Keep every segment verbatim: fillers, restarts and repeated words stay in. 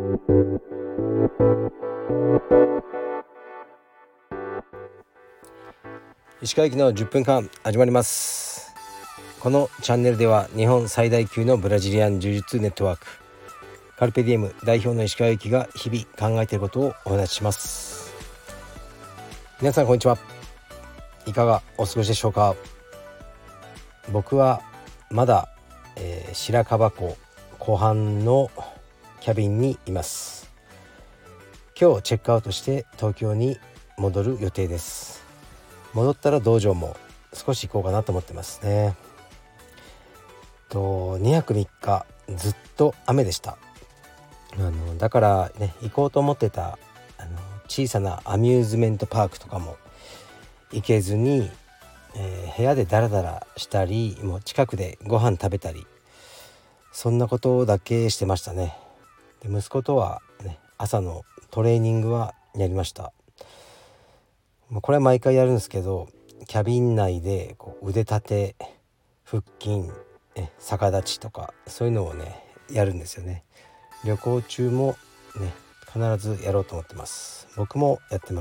石川行きのじゅっぷんかん始まります。このチャンネルでは日本最大級のブラジリアン柔術ネットワークカルペディエム代表の石川行きが日々考えていることをお話しします。皆さんこんにちは。いかがお過ごしでしょうか。僕はまだ、えー、白樺湖湖畔のキャビンにいます。今日チェックアウトして東京に戻る予定です。戻ったら道場も少し行こうかなと思ってますね。とにはくみっかずっと雨でした。あのだからね、行こうと思ってたあの小さなアミューズメントパークとかも行けずに、えー、部屋でダラダラしたり、もう近くでご飯食べたり、そんなことだけしてましたね。で息子とは、ね、朝のトレーニングはやりました。これは毎回やるんですけど、キャビン内でこう腕立て、腹筋、逆立ちとかそういうのをねやるんですよね。旅行中もね必ずやろうと思ってます。僕もやってます。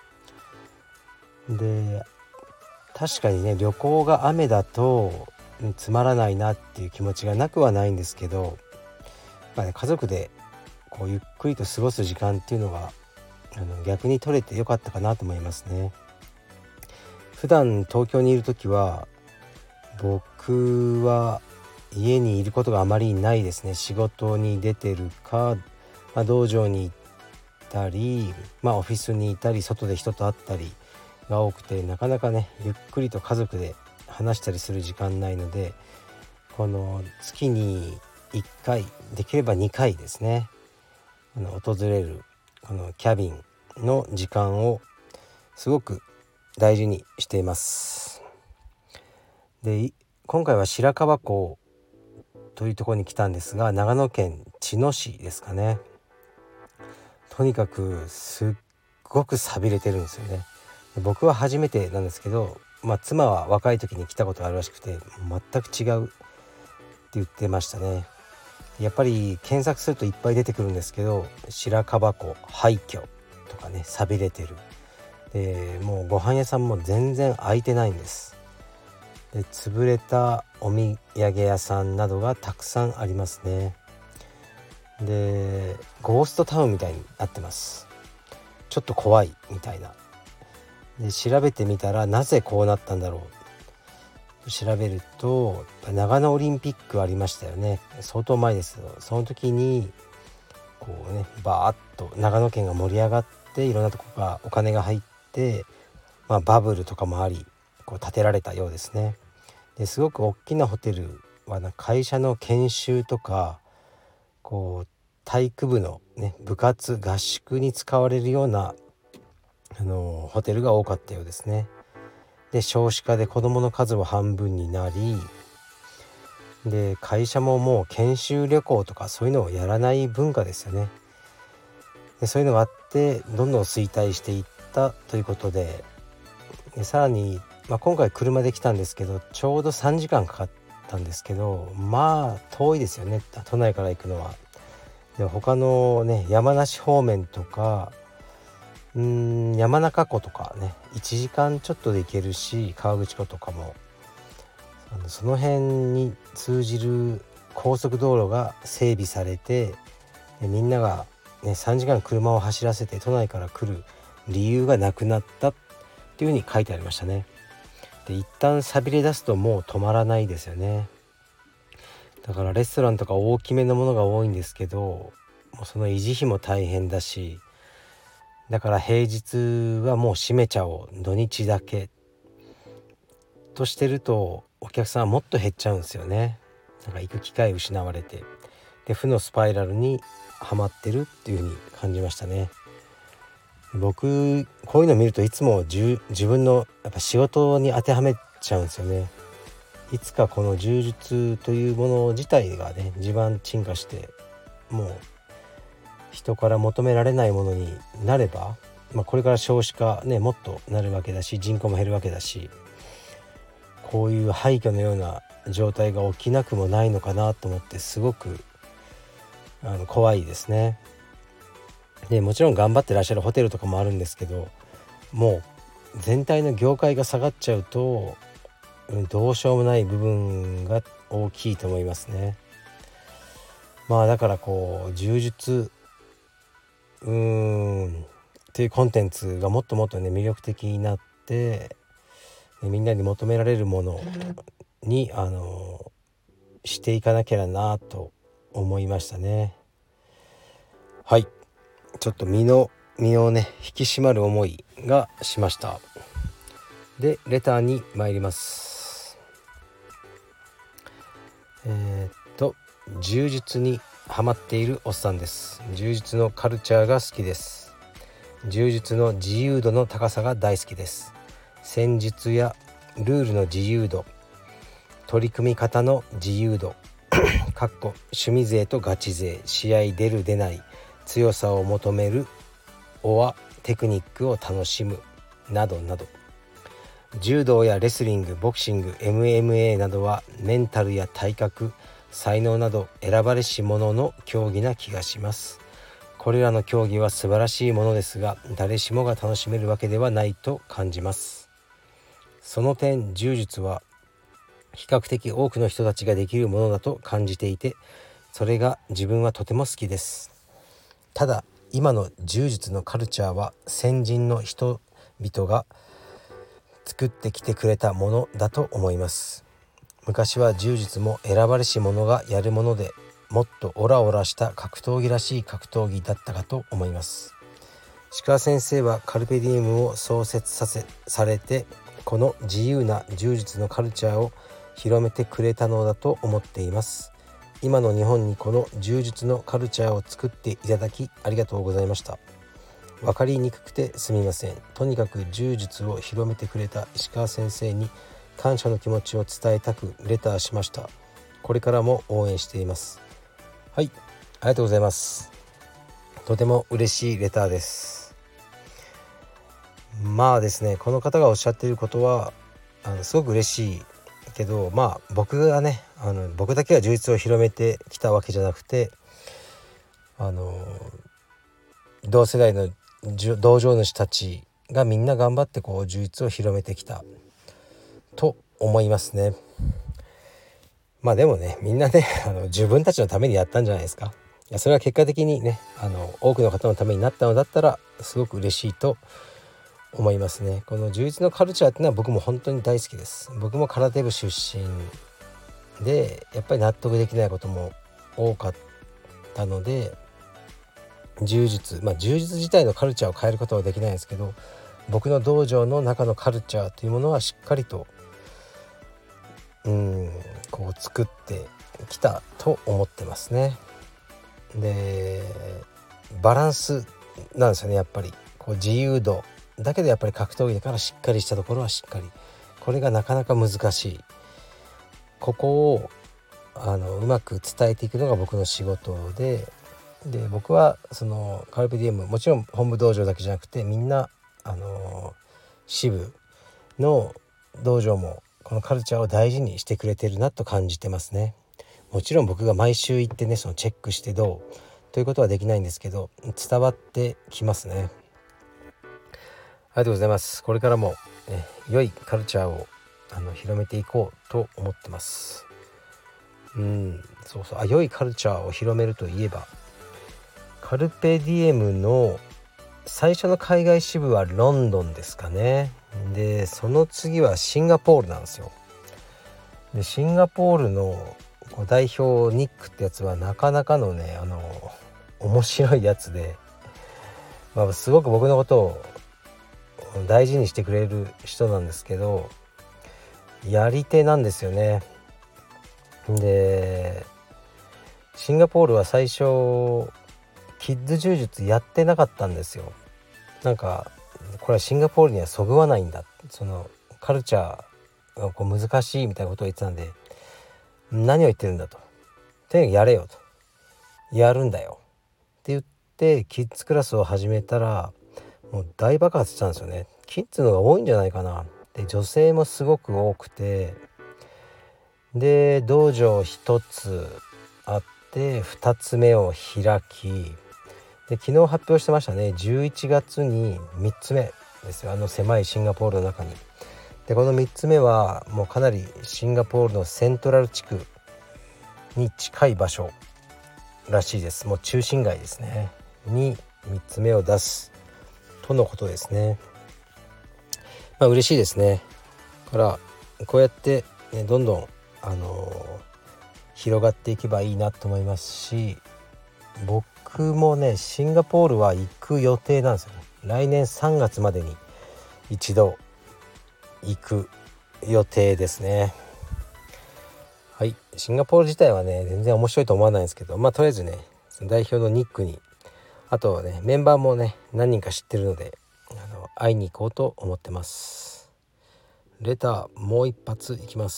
で確かにね、旅行が雨だとつまらないなっていう気持ちがなくはないんですけど、まあね、家族でこうゆっくりと過ごす時間っていうのがあの逆に取れてよかったかなと思いますね。普段東京にいるときは僕は家にいることがあまりないですね。仕事に出てるか、まあ、道場に行ったり、まあ、オフィスにいたり、外で人と会ったりが多くて、なかなかねゆっくりと家族で話したりする時間ないので、この月にいっかい、できればにかいですね、あの訪れるこのキャビンの時間をすごく大事にしています。で今回は白樺湖というところに来たんですが、長野県茅野市ですかね。とにかくすっごく寂れてるんですよね。僕は初めてなんですけど、まあ、妻は若い時に来たことがあるらしくて全く違うって言ってましたね。やっぱり検索するといっぱい出てくるんですけど、白樺湖廃墟とかね、寂れてる。でもうご飯屋さんも全然開いてないんです。で潰れたお土産屋さんなどがたくさんありますね。でゴーストタウンみたいになってます。ちょっと怖いみたいな。で調べてみたら、なぜこうなったんだろう調べると、長野オリンピックありましたよね。相当前ですよ。その時にこうねバーッと長野県が盛り上がって、いろんなとこがお金が入って、まあ、バブルとかもあり、こう建てられたようですね。ですごく大きなホテルは会社の研修とか、こう体育部の、ね、部活合宿に使われるようなあのホテルが多かったようですね。で少子化で子どもの数も半分になり、で会社ももう研修旅行とかそういうのをやらない文化ですよね。でそういうのがあってどんどん衰退していったということで、でさらに、まあ、今回車で来たんですけど、ちょうどさんじかんかかったんですけど、まあ遠いですよね、都内から行くのは。で他のね山梨方面とかうーん山中湖とかねいちじかんちょっとで行けるし、河口湖とかもあのその辺に通じる高速道路が整備されて、でみんなが、ね、さんじかん車を走らせて都内から来る理由がなくなったっていう風に書いてありましたね。で一旦寂れ出すともう止まらないですよね。だからレストランとか大きめのものが多いんですけど、もうその維持費も大変だし、だから平日はもう閉めちゃおう、土日だけとしてるとお客さんはもっと減っちゃうんですよね。なんか行く機会失われて、で負のスパイラルにはまってるっていう風に感じましたね。僕こういうの見るといつも自分のやっぱ仕事に当てはめちゃうんですよね。いつかこの柔術というもの自体がね地盤沈下して、もう人から求められないものになれば、まあ、これから少子化ねもっとなるわけだし、人口も減るわけだし、こういう廃墟のような状態が起きなくもないのかなと思って、すごくあの怖いですね。でもちろん頑張ってらっしゃるホテルとかもあるんですけど、もう全体の業界が下がっちゃうと、うん、どうしようもない部分が大きいと思いますね。まあだからこう充実うーんっていうコンテンツがもっともっとね魅力的になって、みんなに求められるものにあのしていかなきゃなと思いましたね。はい、ちょっと身の身をね引き締まる思いがしました。でレターに参ります。えー、っと充実にハマっているおっさんです。充実のカルチャーが好きです。充実の自由度の高さが大好きです。戦術やルールの自由度、取り組み方の自由度かっこ趣味勢とガチ勢、試合出る出ない強さを求めるおはテクニックを楽しむなどなど、柔道やレスリング、ボクシング、エムエムエー などはメンタルや体格、才能など選ばれし者の競技な気がします。これらの競技は素晴らしいものですが、誰しもが楽しめるわけではないと感じます。その点、柔術は比較的多くの人たちができるものだと感じていて、それが自分はとても好きです。ただ今の柔術のカルチャーは先人の人々が作ってきてくれたものだと思います。昔は柔術も選ばれし者がやるもので、もっとオラオラした格闘技らしい格闘技だったかと思います。石川先生はカルペディウムを創設させされて、この自由な柔術のカルチャーを広めてくれたのだと思っています。今の日本にこの柔術のカルチャーを作っていただきありがとうございました。分かりにくくてすみません。とにかく柔術を広めてくれた石川先生に感謝の気持ちを伝えたくレターしました。これからも応援しています。はい、ありがとうございます。とても嬉しいレターです。まあですね、この方がおっしゃっていることはあのすごく嬉しいけど、まあ僕がねあの僕だけが柔術を広めてきたわけじゃなくて、あの同世代の道場主たちがみんな頑張ってこう柔術を広めてきたと思いますね。まあでもね、みんなねあの自分たちのためにやったんじゃないですか。いやそれは結果的にねあの多くの方のためになったのだったらすごく嬉しいと思いますね。この柔術のカルチャーっていうのは僕も本当に大好きです。僕も空手部出身でやっぱり納得できないことも多かったので、柔術まあ柔術自体のカルチャーを変えることはできないですけど、僕の道場の中のカルチャーというものはしっかりとうんこう作ってきたと思ってますね。でバランスなんですよね。やっぱりこう自由度だけどやっぱり格闘技だからしっかりしたところはしっかり、これがなかなか難しい。ここをあのうまく伝えていくのが僕の仕事で、で僕はそのカルペディウムもちろん本部道場だけじゃなくてみんなあの支部の道場もこのカルチャーを大事にしてくれてるなと感じてますね。もちろん僕が毎週行ってねそのチェックしてどうということはできないんですけど、伝わってきますね。ありがとうございます。これからも、ね、良いカルチャーをあの広めていこうと思ってます。うんそうそうあ良いカルチャーを広めるといえば、カルペディエムの最初の海外支部はロンドンですかね。でその次はシンガポールなんですよ。でシンガポールの代表ニックってやつはなかなかのねあの面白いやつで、まあ、すごく僕のことを大事にしてくれる人なんですけど、やり手なんですよね。でシンガポールは最初キッズ柔術やってなかったんですよ。なんかこれはシンガポールにはそぐわないんだ、そのカルチャーがこう難しいみたいなことを言ってたんで、何を言ってるんだと、とにかくやれよと、やるんだよって言ってキッズクラスを始めたらもう大爆発したんですよね。キッズのが多いんじゃないかな。で女性もすごく多くて、で道場一つあっってふたつめを開き、で昨日発表してましたね、じゅういちがつにみっつめですよ、あの狭いシンガポールの中に。でこのみっつめはもうかなりシンガポールのセントラル地区に近い場所らしいです。もう中心街ですねにみっつめを出すとのことですね。まあ嬉しいですね。からこうやって、ね、どんどん、あのー、広がっていけばいいなと思いますし、僕もねシンガポールは行く予定なんですよね。来年さんがつまでに一度行く予定ですね。はい、シンガポール自体はね全然面白いと思わないんですけど、まあとりあえずね代表のニックに、あとねメンバーもね何人か知ってるので、あの会いに行こうと思ってます。レターもう一発いきます。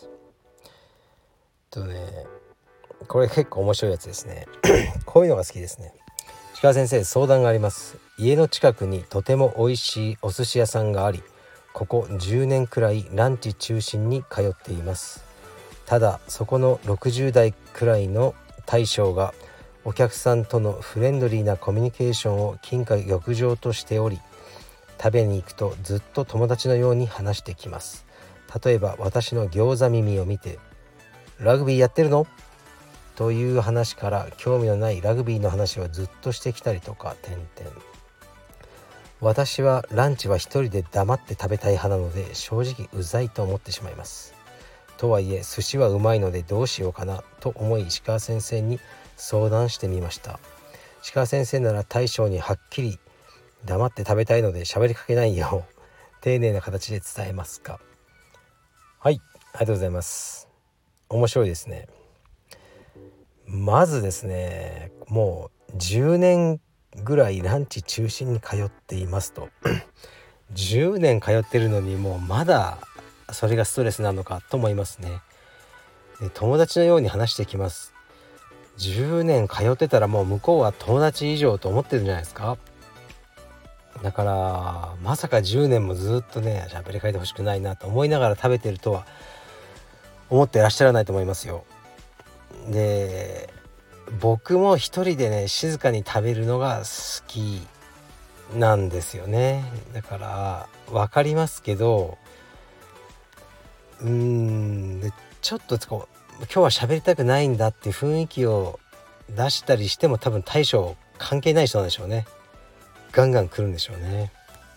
とねこれ結構面白いやつですねこういうのが好きですね。鹿先生、相談があります。家の近くにとても美味しいお寿司屋さんがあり、ここじゅうねんくらいランチ中心に通っています。ただそこのろくじゅう代くらいの大将がお客さんとのフレンドリーなコミュニケーションを金貨玉上としており、食べに行くとずっと友達のように話してきます。例えば私の餃子耳を見て、ラグビーやってるのという話から興味のないラグビーの話をずっとしてきたりとか、点々。私はランチは一人で黙って食べたい派なので正直うざいと思ってしまいます。とはいえ寿司はうまいのでどうしようかなと思い、石川先生に相談してみました。石川先生なら大将にはっきり黙って食べたいので喋りかけないよう丁寧な形で伝えますか。はい、ありがとうございます。面白いですね。まずですね、もうじゅうねんぐらいランチ中心に通っていますとじゅうねん通ってるのにもうまだそれがストレスなのかと思いますね。で友達のように話してきます。じゅうねん通ってたらもう向こうは友達以上と思ってるんじゃないですか。だからまさかじゅうねんもずっとね喋りかけてほしくないなと思いながら食べてるとは思ってらっしゃらないと思いますよ。で僕も一人でね静かに食べるのが好きなんですよね。だから分かりますけど、うーんでちょっとこう今日は喋りたくないんだっていう雰囲気を出したりしても多分大将関係ない人なんでしょうね。ガンガン来るんでしょうね。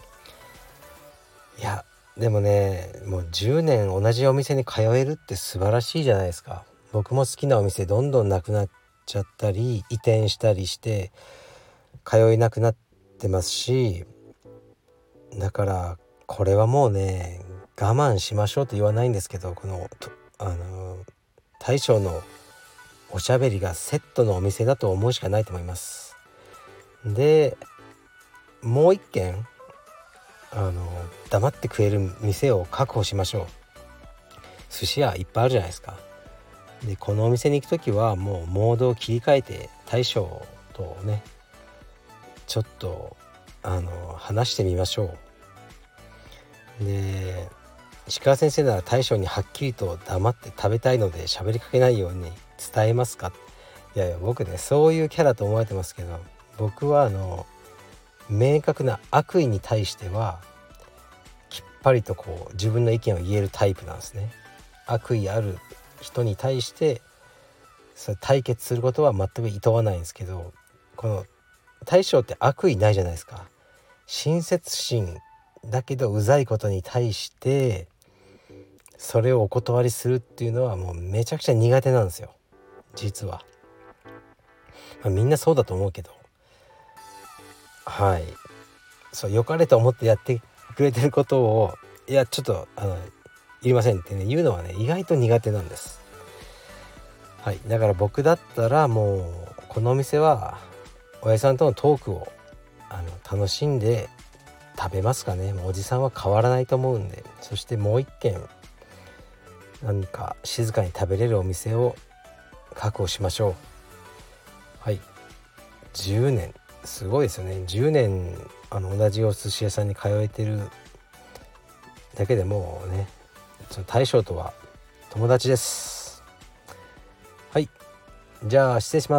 いやでもねもうじゅうねん同じお店に通えるって素晴らしいじゃないですか。僕も好きなお店どんどんなくなっちゃったり移転したりして通えなくなってますし、だからこれはもうね我慢しましょうと言わないんですけど、このあの大将のおしゃべりがセットのお店だと思うしかないと思います。でもう一軒あの黙って食える店を確保しましょう。寿司屋いっぱいあるじゃないですか。でこのお店に行くときはもうモードを切り替えて大将とねちょっとあの話してみましょう。で石川先生なら大将にはっきりと黙って食べたいので喋りかけないように伝えますか。いやいや僕ねそういうキャラと思われてますけど、僕はあの明確な悪意に対してはきっぱりとこう自分の意見を言えるタイプなんですね。悪意ある人に対してそれ対決することは全く厭わないんですけど、この大将って悪意ないじゃないですか。親切心だけどうざいことに対してそれをお断りするっていうのはもうめちゃくちゃ苦手なんですよ実は。まあ、みんなそうだと思うけど、はいそう良かれと思ってやってくれてることをいやちょっとあのいりませんってね言うのはね意外と苦手なんです。はい、だから僕だったらもうこのお店は親父さんとのトークをあの楽しんで食べますかね。もうおじさんは変わらないと思うんで、そしてもう一軒何か静かに食べれるお店を確保しましょう。はい、じゅうねんすごいですよね。じゅうねんあの同じお寿司屋さんに通えてるだけでもうねその大将とは友達です。はい、 じゃあ失礼します。